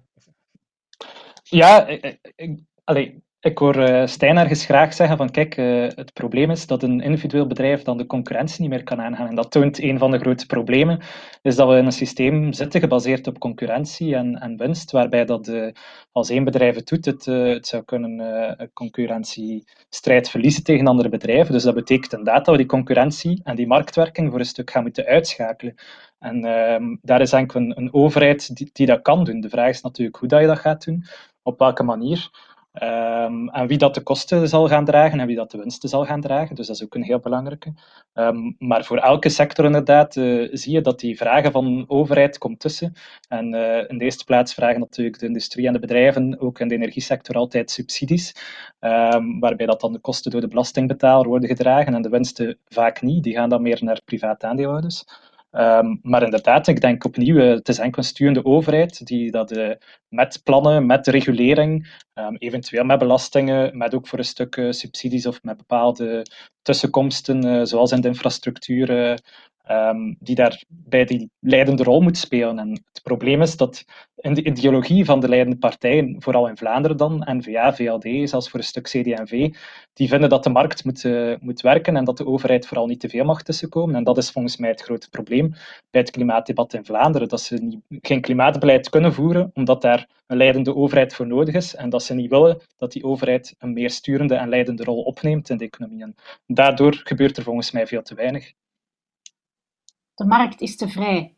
Ja, ik, ik, allez, ik hoor uh, Stijn ergens graag zeggen van kijk, uh, het probleem is dat een individueel bedrijf dan de concurrentie niet meer kan aangaan. En dat toont een van de grote problemen, is dat we in een systeem zitten gebaseerd op concurrentie en, en winst, waarbij dat uh, als één bedrijf het doet, het, uh, het zou kunnen uh, een concurrentiestrijd verliezen tegen andere bedrijven. Dus dat betekent inderdaad dat we die concurrentie en die marktwerking voor een stuk gaan moeten uitschakelen. En uh, daar is eigenlijk een, een overheid die, die dat kan doen. De vraag is natuurlijk hoe dat je dat gaat doen, op welke manier. Um, en wie dat de kosten zal gaan dragen en wie dat de winsten zal gaan dragen. Dus dat is ook een heel belangrijke. Um, maar voor elke sector inderdaad uh, zie je dat die vragen van overheid komt tussen. En uh, in de eerste plaats vragen natuurlijk de industrie en de bedrijven, ook in de energiesector, altijd subsidies. Um, waarbij dat dan de kosten door de belastingbetaler worden gedragen en de winsten vaak niet. Die gaan dan meer naar private aandeelhouders. Um, maar inderdaad, ik denk opnieuw, uh, het is enkel een sturende overheid die dat uh, met plannen, met regulering, um, eventueel met belastingen, met ook voor een stuk uh, subsidies of met bepaalde tussenkomsten, uh, zoals in de infrastructuur, uh, um, die daar bij die leidende rol moet spelen. En het probleem is dat in de ideologie van de leidende partijen, vooral in Vlaanderen dan, N V A, V L D, zelfs voor een stuk C D en V, die vinden dat de markt moet, uh, moet werken en dat de overheid vooral niet te veel mag tussenkomen. En dat is volgens mij het grote probleem bij het klimaatdebat in Vlaanderen, dat ze niet, geen klimaatbeleid kunnen voeren, omdat daar een leidende overheid voor nodig is en dat ze niet willen dat die overheid een meer sturende en leidende rol opneemt in de economie. En daardoor gebeurt er volgens mij veel te weinig. De markt is te vrij.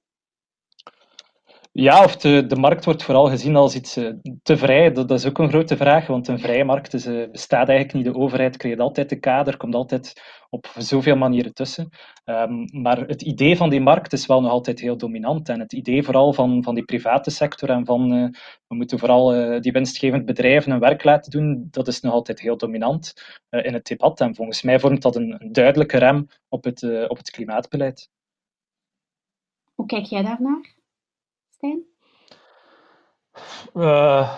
Ja, of de, de markt wordt vooral gezien als iets uh, te vrij. Dat, dat is ook een grote vraag, want een vrije markt is, uh, bestaat eigenlijk niet. De overheid creëert altijd de kader, komt altijd op zoveel manieren tussen. Um, maar het idee van die markt is wel nog altijd heel dominant. En het idee vooral van, van die private sector en van uh, we moeten vooral uh, die winstgevend bedrijven hun werk laten doen, dat is nog altijd heel dominant uh, in het debat. En volgens mij vormt dat een, een duidelijke rem op het, uh, op het klimaatbeleid. Hoe kijk jij daarnaar? Uh,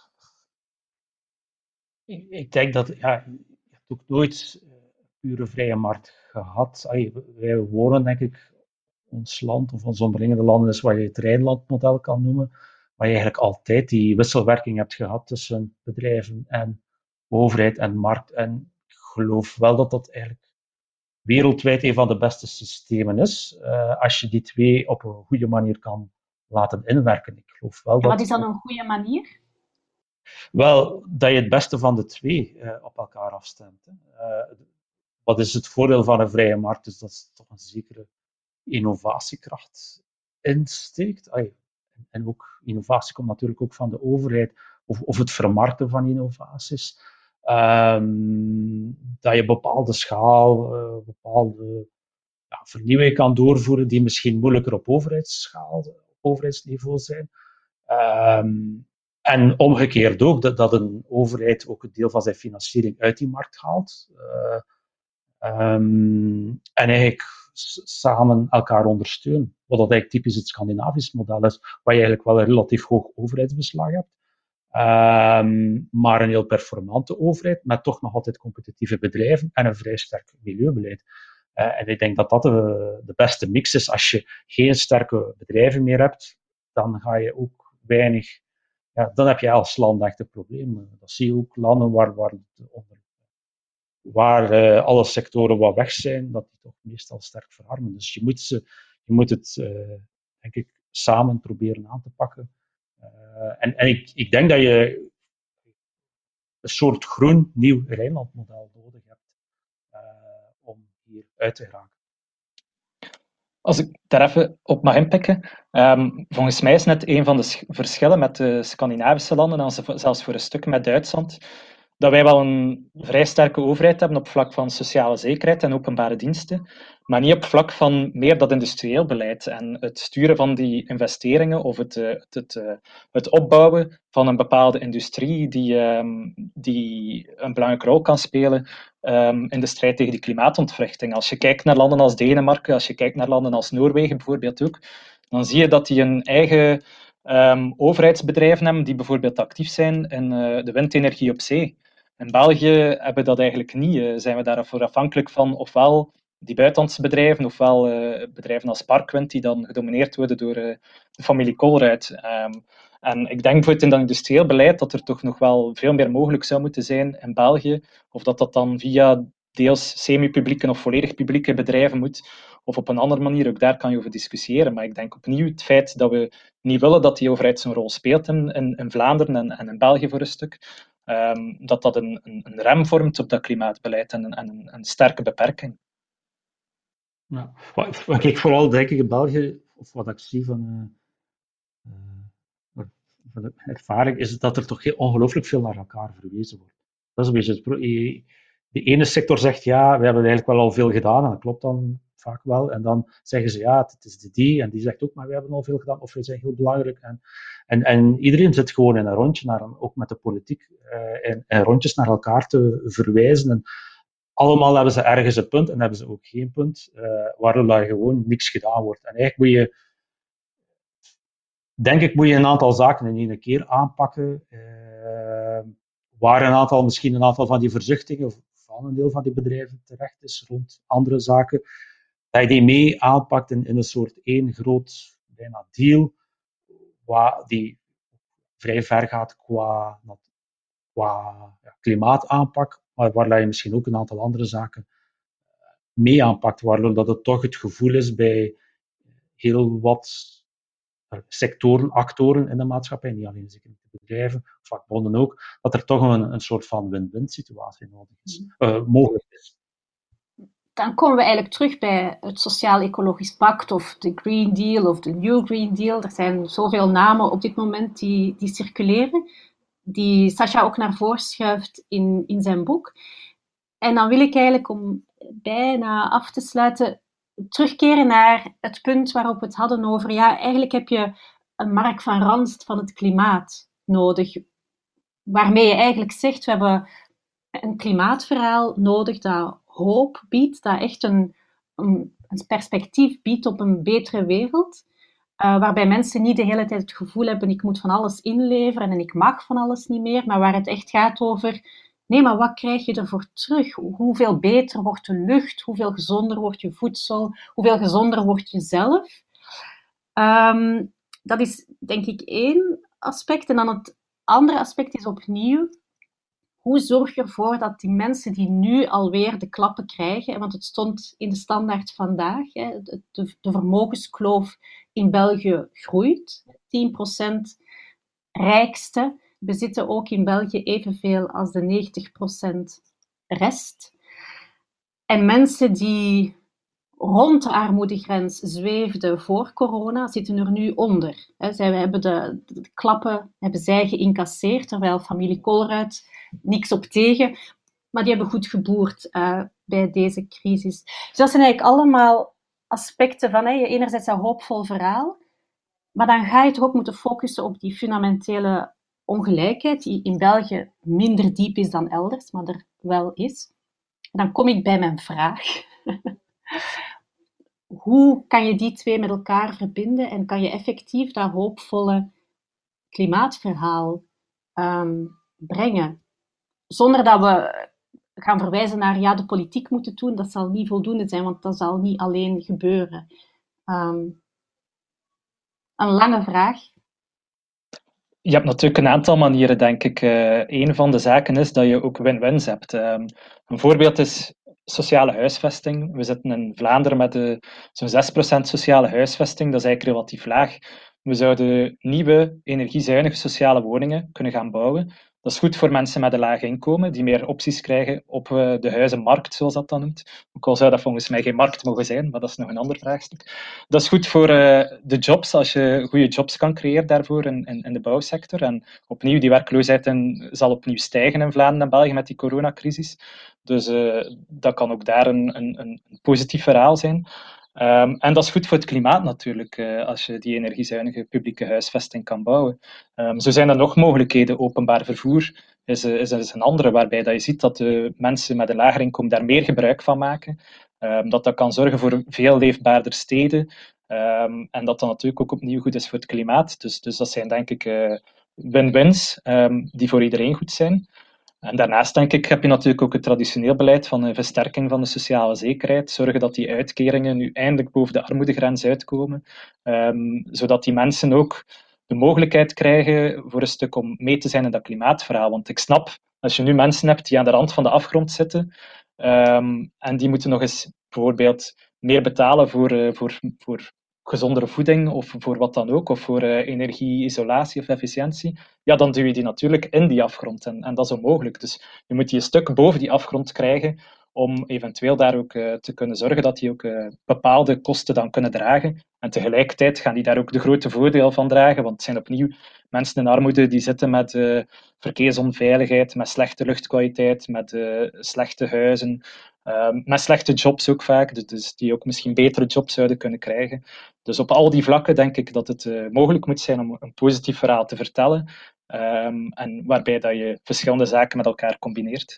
ik, ik denk dat ja, je hebt ook nooit uh, pure vrije markt gehad. Allee, wij wonen, denk ik, ons land of ons omringende landen is wat je het Rijnlandmodel kan noemen, waar je eigenlijk altijd die wisselwerking hebt gehad tussen bedrijven en overheid en markt. En ik geloof wel dat dat eigenlijk wereldwijd een van de beste systemen is, uh, als je die twee op een goede manier kan laten inwerken. Ik geloof wel ja, dat wat is dan een goede manier? Wel, dat je het beste van de twee uh, op elkaar afstemt. Hè. Uh, wat is het voordeel van een vrije markt? Dus dat is toch een zekere innovatiekracht insteekt. Ay, en ook innovatie komt natuurlijk ook van de overheid, of, of het vermarkten van innovaties. Um, dat je bepaalde schaal, uh, bepaalde ja, vernieuwingen kan doorvoeren die misschien moeilijker op overheidsschaal, op overheidsniveau zijn. Um, en omgekeerd ook, dat, dat een overheid ook een deel van zijn financiering uit die markt haalt. Uh, um, en eigenlijk samen elkaar ondersteunen. Wat dat eigenlijk typisch het Scandinavisch model is, waar je eigenlijk wel een relatief hoog overheidsbeslag hebt. Um, maar een heel performante overheid, met toch nog altijd competitieve bedrijven en een vrij sterk milieubeleid. Uh, en ik denk dat dat de, de beste mix is. Als je geen sterke bedrijven meer hebt, dan ga je ook weinig... Ja, dan heb je als land echt een probleem. Dat zie je ook landen waar, waar, onder, waar uh, alle sectoren wat weg zijn, dat die toch meestal sterk verarmen. Dus je moet, ze, je moet het, uh, denk ik, samen proberen aan te pakken. Uh, en en ik, ik denk dat je een soort groen nieuw Rijnlandmodel nodig hebt uh, om hier uit te geraken. Als ik daar even op mag inpikken, um, volgens mij is net een van de sch- verschillen met de Scandinavische landen, en zelfs voor een stuk met Duitsland, dat wij wel een vrij sterke overheid hebben op vlak van sociale zekerheid en openbare diensten, maar niet op vlak van meer dat industrieel beleid en het sturen van die investeringen of het, het, het, het opbouwen van een bepaalde industrie die, um, die een belangrijke rol kan spelen um, in de strijd tegen die klimaatontwrichting. Als je kijkt naar landen als Denemarken, als je kijkt naar landen als Noorwegen bijvoorbeeld ook, dan zie je dat die een eigen um, overheidsbedrijven hebben die bijvoorbeeld actief zijn in uh, de windenergie op zee. In België hebben we dat eigenlijk niet. Uh, zijn we daarvoor afhankelijk van ofwel die buitenlandse bedrijven, ofwel uh, bedrijven als Parkwind, die dan gedomineerd worden door uh, de familie Colruyt. Um, en ik denk bijvoorbeeld in dat industrieel beleid dat er toch nog wel veel meer mogelijk zou moeten zijn in België, of dat dat dan via deels semi-publieke of volledig publieke bedrijven moet, of op een andere manier, ook daar kan je over discussiëren. Maar ik denk opnieuw het feit dat we niet willen dat die overheid zo'n rol speelt in, in, in Vlaanderen en, en in België voor een stuk, um, dat dat een, een, een rem vormt op dat klimaatbeleid en, en een, een sterke beperking. Ja. Wat, wat ik vooral denk in België, of wat ik zie van, uh, uh, van de ervaring, is dat er toch heel ongelooflijk veel naar elkaar verwezen wordt. Dat is een beetje het probleem. De ene sector zegt ja, we hebben eigenlijk wel al veel gedaan, en dat klopt dan vaak wel. En dan zeggen ze ja, het is de die, en die zegt ook, maar we hebben al veel gedaan, of we zijn heel belangrijk. En, en, en iedereen zit gewoon in een rondje, naar, ook met de politiek, uh, in, in rondjes naar elkaar te verwijzen. En allemaal hebben ze ergens een punt, en hebben ze ook geen punt, uh, waardoor daar gewoon niks gedaan wordt. En eigenlijk moet je, denk ik, moet je een aantal zaken in één keer aanpakken. Uh, waar een aantal, misschien een aantal van die verzuchtingen van een deel van die bedrijven terecht is rond andere zaken, dat je die mee aanpakt in, in een soort één groot bijna deal, waar die vrij ver gaat qua, qua ja, klimaataanpak, maar waar je misschien ook een aantal andere zaken mee aanpakt, waardoor dat het toch het gevoel is bij heel wat sectoren, actoren in de maatschappij, niet alleen zeker de bedrijven, vakbonden ook, dat er toch een, een soort van win-win situatie nodig is, uh, mogelijk is. Dan komen we eigenlijk terug bij het Sociaal-Ecologisch Pact of de Green Deal of de New Green Deal. Er zijn zoveel namen op dit moment die, die circuleren, die Sacha ook naar voren schuift in, in zijn boek. En dan wil ik eigenlijk, om bijna af te sluiten, terugkeren naar het punt waarop we het hadden over, ja, eigenlijk heb je een Mark van Ranst van het klimaat nodig, waarmee je eigenlijk zegt, we hebben een klimaatverhaal nodig dat hoop biedt, dat echt een, een, een perspectief biedt op een betere wereld, uh, waarbij mensen niet de hele tijd het gevoel hebben, ik moet van alles inleveren en ik mag van alles niet meer, maar waar het echt gaat over, nee, maar wat krijg je ervoor terug? Hoeveel beter wordt de lucht? Hoeveel gezonder wordt je voedsel? Hoeveel gezonder word je zelf? Um, dat is, denk ik, één aspect. En dan het andere aspect is opnieuw, hoe zorg je ervoor dat die mensen die nu alweer de klappen krijgen, want het stond in de standaard vandaag, de, de vermogenskloof in België groeit, tien procent rijkste bezitten ook in België evenveel als de negentig procent rest. En mensen die rond de armoedegrens zweefden voor corona, zitten er nu onder. Zij hebben de, de klappen hebben zij geïncasseerd, terwijl familie Colruyt niks op tegen. Maar die hebben goed geboerd uh, bij deze crisis. Dus dat zijn eigenlijk allemaal aspecten van, hè, enerzijds een hoopvol verhaal, Maar dan ga je toch ook moeten focussen op die fundamentele ongelijkheid, die in België minder diep is dan elders, maar er wel is. Dan kom ik bij mijn vraag. Hoe kan je die twee met elkaar verbinden en kan je effectief dat hoopvolle klimaatverhaal um, brengen? Zonder dat we gaan verwijzen naar, ja, de politiek moet het doen, dat zal niet voldoende zijn, want dat zal niet alleen gebeuren. Um, een lange vraag. Je hebt natuurlijk een aantal manieren, denk ik. Uh, een van de zaken is dat je ook win-wins hebt. Um, een voorbeeld is sociale huisvesting. We zitten in Vlaanderen met uh, zo'n zes procent sociale huisvesting. Dat is eigenlijk relatief laag. We zouden nieuwe, energiezuinige sociale woningen kunnen gaan bouwen. Dat is goed voor mensen met een laag inkomen, die meer opties krijgen op uh, de huizenmarkt, zoals dat dan noemt. Ook al zou dat volgens mij geen markt mogen zijn, maar dat is nog een ander vraagstuk. Dat is goed voor uh, de jobs, als je goede jobs kan creëren daarvoor in, in, in de bouwsector. En opnieuw, die werkloosheid in, zal opnieuw stijgen in Vlaanderen en België met die coronacrisis. Dus uh, dat kan ook daar een, een, een positief verhaal zijn. Um, en dat is goed voor het klimaat natuurlijk, uh, als je die energiezuinige publieke huisvesting kan bouwen. Um, zo zijn er nog mogelijkheden. Openbaar vervoer is, uh, is, is een andere, waarbij dat je ziet dat de mensen met een lager inkomen daar meer gebruik van maken. Um, dat dat kan zorgen voor veel leefbaarder steden. Um, en dat dat natuurlijk ook opnieuw goed is voor het klimaat. Dus, dus dat zijn denk ik uh, win-wins um, die voor iedereen goed zijn. En daarnaast denk ik, heb je natuurlijk ook het traditioneel beleid van een versterking van de sociale zekerheid. Zorgen dat die uitkeringen nu eindelijk boven de armoedegrens uitkomen. Um, zodat die mensen ook de mogelijkheid krijgen voor een stuk om mee te zijn in dat klimaatverhaal. Want ik snap, als je nu mensen hebt die aan de rand van de afgrond zitten, um, en die moeten nog eens bijvoorbeeld meer betalen voor, uh, voor, voor gezondere voeding of voor wat dan ook, of voor uh, energie-isolatie of efficiëntie, ja, dan duw je die natuurlijk in die afgrond. En, en dat is onmogelijk. Dus je moet die een stuk boven die afgrond krijgen om eventueel daar ook uh, te kunnen zorgen dat die ook uh, bepaalde kosten dan kunnen dragen. En tegelijkertijd gaan die daar ook de grote voordeel van dragen, want het zijn opnieuw mensen in armoede die zitten met uh, verkeersonveiligheid, met slechte luchtkwaliteit, met uh, slechte huizen, uh, met slechte jobs ook vaak, dus die ook misschien betere jobs zouden kunnen krijgen. Dus op al die vlakken denk ik dat het uh, mogelijk moet zijn om een positief verhaal te vertellen, um, en waarbij dat je verschillende zaken met elkaar combineert.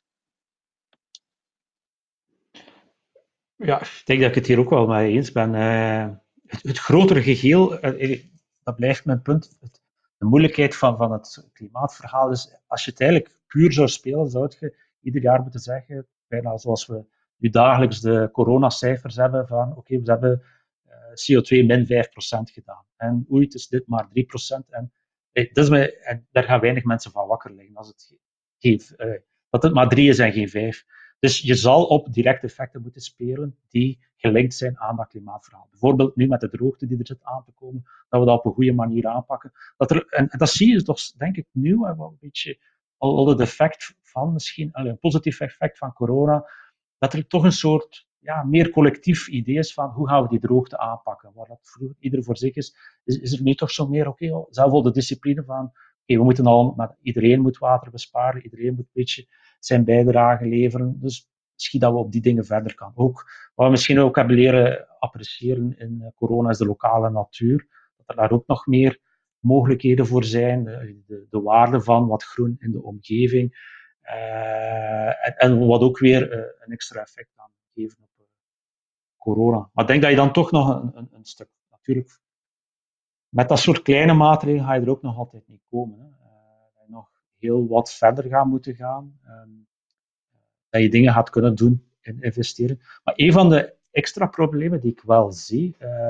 Ja, ik denk dat ik het hier ook wel mee eens ben. Uh, het, het grotere geheel, uh, dat blijft mijn punt. Het, de moeilijkheid van, van het klimaatverhaal is, als je het eigenlijk puur zou spelen, zou je ieder jaar moeten zeggen, bijna zoals we nu dagelijks de coronacijfers hebben, van oké, okay, we hebben uh, C O twee min vijf procent gedaan. En oei, het is dit maar drie procent. En, uh, dat is me, en daar gaan weinig mensen van wakker liggen, als het geen, uh, dat het maar drie is en geen vijf. Dus je zal op directe effecten moeten spelen die gelinkt zijn aan dat klimaatverhaal. Bijvoorbeeld nu met de droogte die er zit aan te komen, dat we dat op een goede manier aanpakken. Dat er, en, en dat zie je toch, denk ik, nu wel een beetje al, al het effect van misschien, een positief effect van corona, dat er toch een soort ja, meer collectief idee is van hoe gaan we die droogte aanpakken. Waar dat vroeger ieder voor zich is, is, is er nu toch zo meer, oké, okay, zelf al de discipline van, oké, okay, we moeten al, met, iedereen moet water besparen, iedereen moet een beetje zijn bijdrage leveren. Dus misschien dat we op die dingen verder gaan. Ook, wat we misschien ook hebben leren appreciëren in corona is de lokale natuur. Dat er daar ook nog meer mogelijkheden voor zijn. De, de, de waarde van wat groen in de omgeving. Uh, en, en wat ook weer uh, een extra effect kan geven op uh, corona. Maar ik denk dat je dan toch nog een, een, een stuk... Natuurlijk, met dat soort kleine maatregelen ga je er ook nog altijd niet komen. Hè. Uh, nog heel wat verder gaan moeten gaan. Um, dat je dingen gaat kunnen doen en investeren. Maar een van de extra problemen die ik wel zie, uh,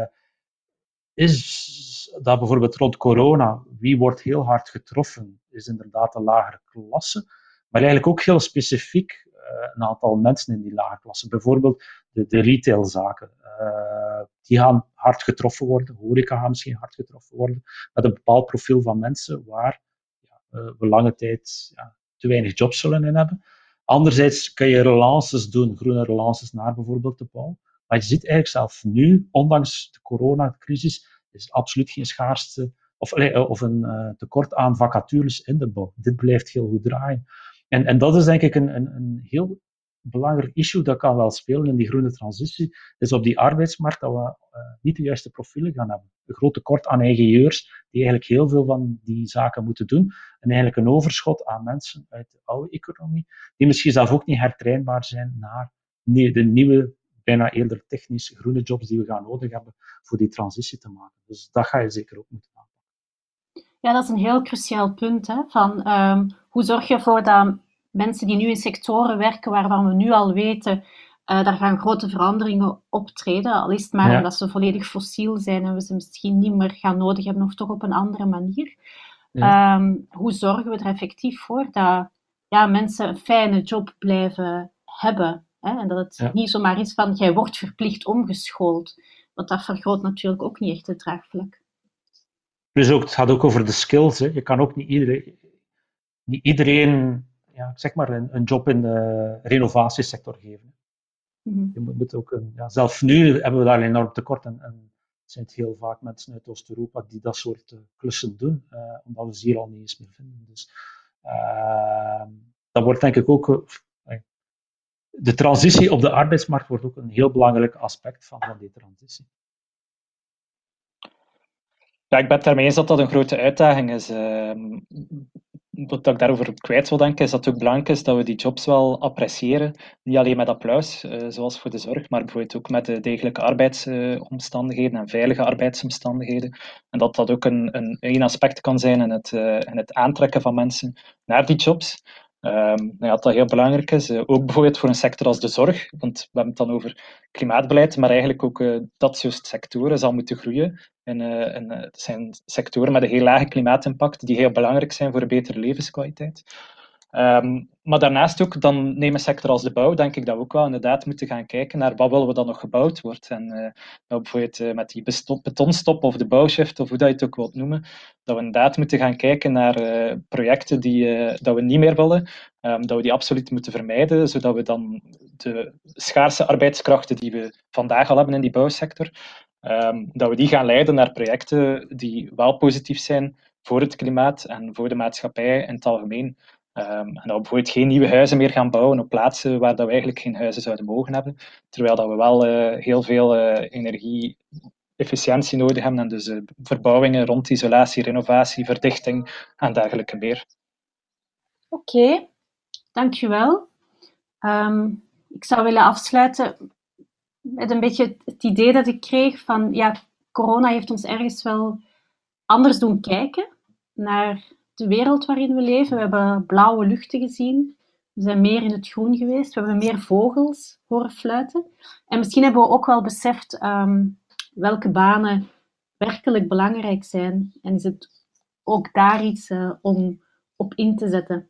is dat bijvoorbeeld rond corona, wie wordt heel hard getroffen, is inderdaad de lagere klasse. Maar eigenlijk ook heel specifiek uh, een aantal mensen in die lagere klasse. Bijvoorbeeld de, de retailzaken. Uh, die gaan hard getroffen worden. Horeca gaan misschien hard getroffen worden. Met een bepaald profiel van mensen waar ja, uh, we lange tijd ja, te weinig jobs zullen in hebben. Anderzijds kun je relances doen, groene relances naar bijvoorbeeld de bouw. Maar je ziet eigenlijk zelf nu, ondanks de coronacrisis, is absoluut geen schaarste of, of een uh, tekort aan vacatures in de bouw. Dit blijft heel goed draaien. En, en dat is denk ik een, een, een heel belangrijk issue dat kan wel spelen in die groene transitie, is op die arbeidsmarkt dat we uh, niet de juiste profielen gaan hebben. Een groot tekort aan ingenieurs, die eigenlijk heel veel van die zaken moeten doen, en eigenlijk een overschot aan mensen uit de oude economie, die misschien zelf ook niet hertrainbaar zijn naar de nieuwe, bijna eerder technische groene jobs die we gaan nodig hebben voor die transitie te maken. Dus dat ga je zeker ook moeten aanpakken. Ja, dat is een heel cruciaal punt. Hè, van, um, hoe zorg je ervoor dat mensen die nu in sectoren werken waarvan we nu al weten, uh, daar gaan grote veranderingen optreden, al is het maar ja. omdat ze volledig fossiel zijn en we ze misschien niet meer gaan nodig hebben of toch op een andere manier. Ja. Um, hoe zorgen we er effectief voor dat ja, mensen een fijne job blijven hebben? Hè, en dat het ja. niet zomaar is van, jij wordt verplicht omgeschoold. Want dat vergroot natuurlijk ook niet echt het draagvlak. Dus ook, het gaat ook over de skills. Hè. Je kan ook niet iedereen, niet iedereen ja, zeg maar een, een job in de renovatiesector geven. Mm-hmm. Je moet, moet ook een, ja, zelf nu hebben we daar een enorm tekort en, en zijn het heel vaak mensen uit Oost-Europa die dat soort uh, klussen doen, uh, omdat we ze hier al niet eens meer vinden. Dus uh, dat wordt denk ik ook... Uh, de transitie op de arbeidsmarkt wordt ook een heel belangrijk aspect van, van die transitie. Ja, ik ben het daarmee eens dat dat een grote uitdaging is. Uh, wat ik daarover kwijt wil denken, is dat het ook belangrijk is dat we die jobs wel appreciëren. Niet alleen met applaus, uh, zoals voor de zorg, maar bijvoorbeeld ook met de degelijke arbeidsomstandigheden uh, en veilige arbeidsomstandigheden. En dat dat ook een, een, een aspect kan zijn in het, uh, in het aantrekken van mensen naar die jobs. Um, nou ja, dat dat heel belangrijk is. Uh, ook bijvoorbeeld voor een sector als de zorg, want we hebben het dan over klimaatbeleid, maar eigenlijk ook uh, dat soort sectoren zal moeten groeien. En, uh, en uh, het zijn sectoren met een heel lage klimaatimpact die heel belangrijk zijn voor een betere levenskwaliteit. Um, maar daarnaast ook, dan neem een sector als de bouw, denk ik dat we ook wel inderdaad moeten gaan kijken naar wat willen we dan nog gebouwd wordt. En uh, nou, bijvoorbeeld uh, met die betonstop of de bouwshift, of hoe dat je het ook wilt noemen, dat we inderdaad moeten gaan kijken naar uh, projecten die uh, dat we niet meer willen, um, dat we die absoluut moeten vermijden, zodat we dan de schaarse arbeidskrachten die we vandaag al hebben in die bouwsector, um, dat we die gaan leiden naar projecten die wel positief zijn voor het klimaat en voor de maatschappij in het algemeen. Um, en dat we bijvoorbeeld geen nieuwe huizen meer gaan bouwen op plaatsen waar dat we eigenlijk geen huizen zouden mogen hebben, terwijl dat we wel uh, heel veel uh, energie-efficiëntie nodig hebben en dus uh, verbouwingen rond isolatie, renovatie, verdichting en dergelijke meer. Oké, okay, dankjewel. Um, ik zou willen afsluiten met een beetje het idee dat ik kreeg van, ja, corona heeft ons ergens wel anders doen kijken naar de wereld waarin we leven. We hebben blauwe luchten gezien. We zijn meer in het groen geweest. We hebben meer vogels horen fluiten. En misschien hebben we ook wel beseft um, welke banen werkelijk belangrijk zijn. En is het ook daar iets uh, om op in te zetten.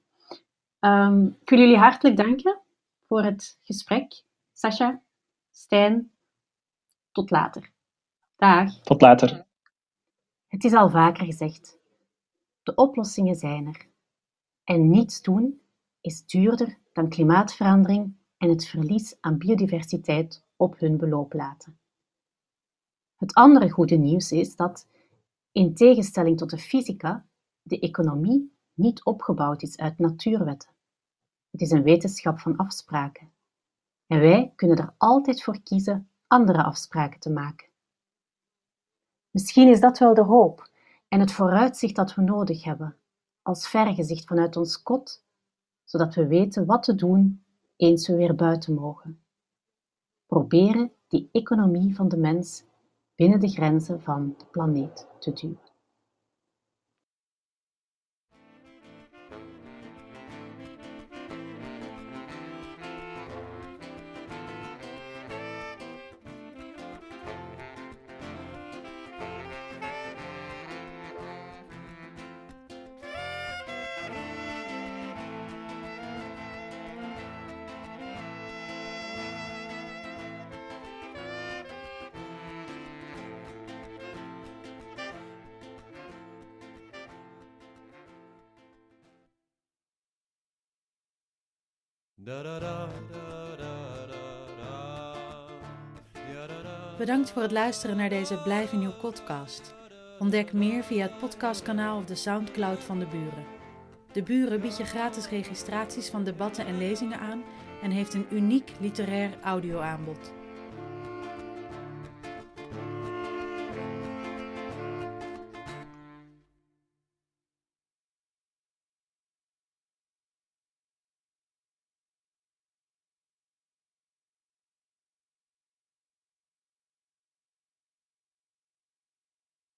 Um, ik wil jullie hartelijk danken voor het gesprek. Sascha, Stijn, tot later. Dag. Tot later. Het is al vaker gezegd. De oplossingen zijn er. En niets doen is duurder dan klimaatverandering en het verlies aan biodiversiteit op hun beloop laten. Het andere goede nieuws is dat, in tegenstelling tot de fysica, de economie niet opgebouwd is uit natuurwetten. Het is een wetenschap van afspraken. En wij kunnen er altijd voor kiezen andere afspraken te maken. Misschien is dat wel de hoop en het vooruitzicht dat we nodig hebben, als vergezicht vanuit ons kot, zodat we weten wat te doen eens we weer buiten mogen. Proberen die economie van de mens binnen de grenzen van de planeet te duwen. Bedankt voor het luisteren naar deze Blijf in uw podcast. Ontdek meer via het podcastkanaal of de Soundcloud van de Buren. De Buren biedt je gratis registraties van debatten en lezingen aan en heeft een uniek literair audioaanbod.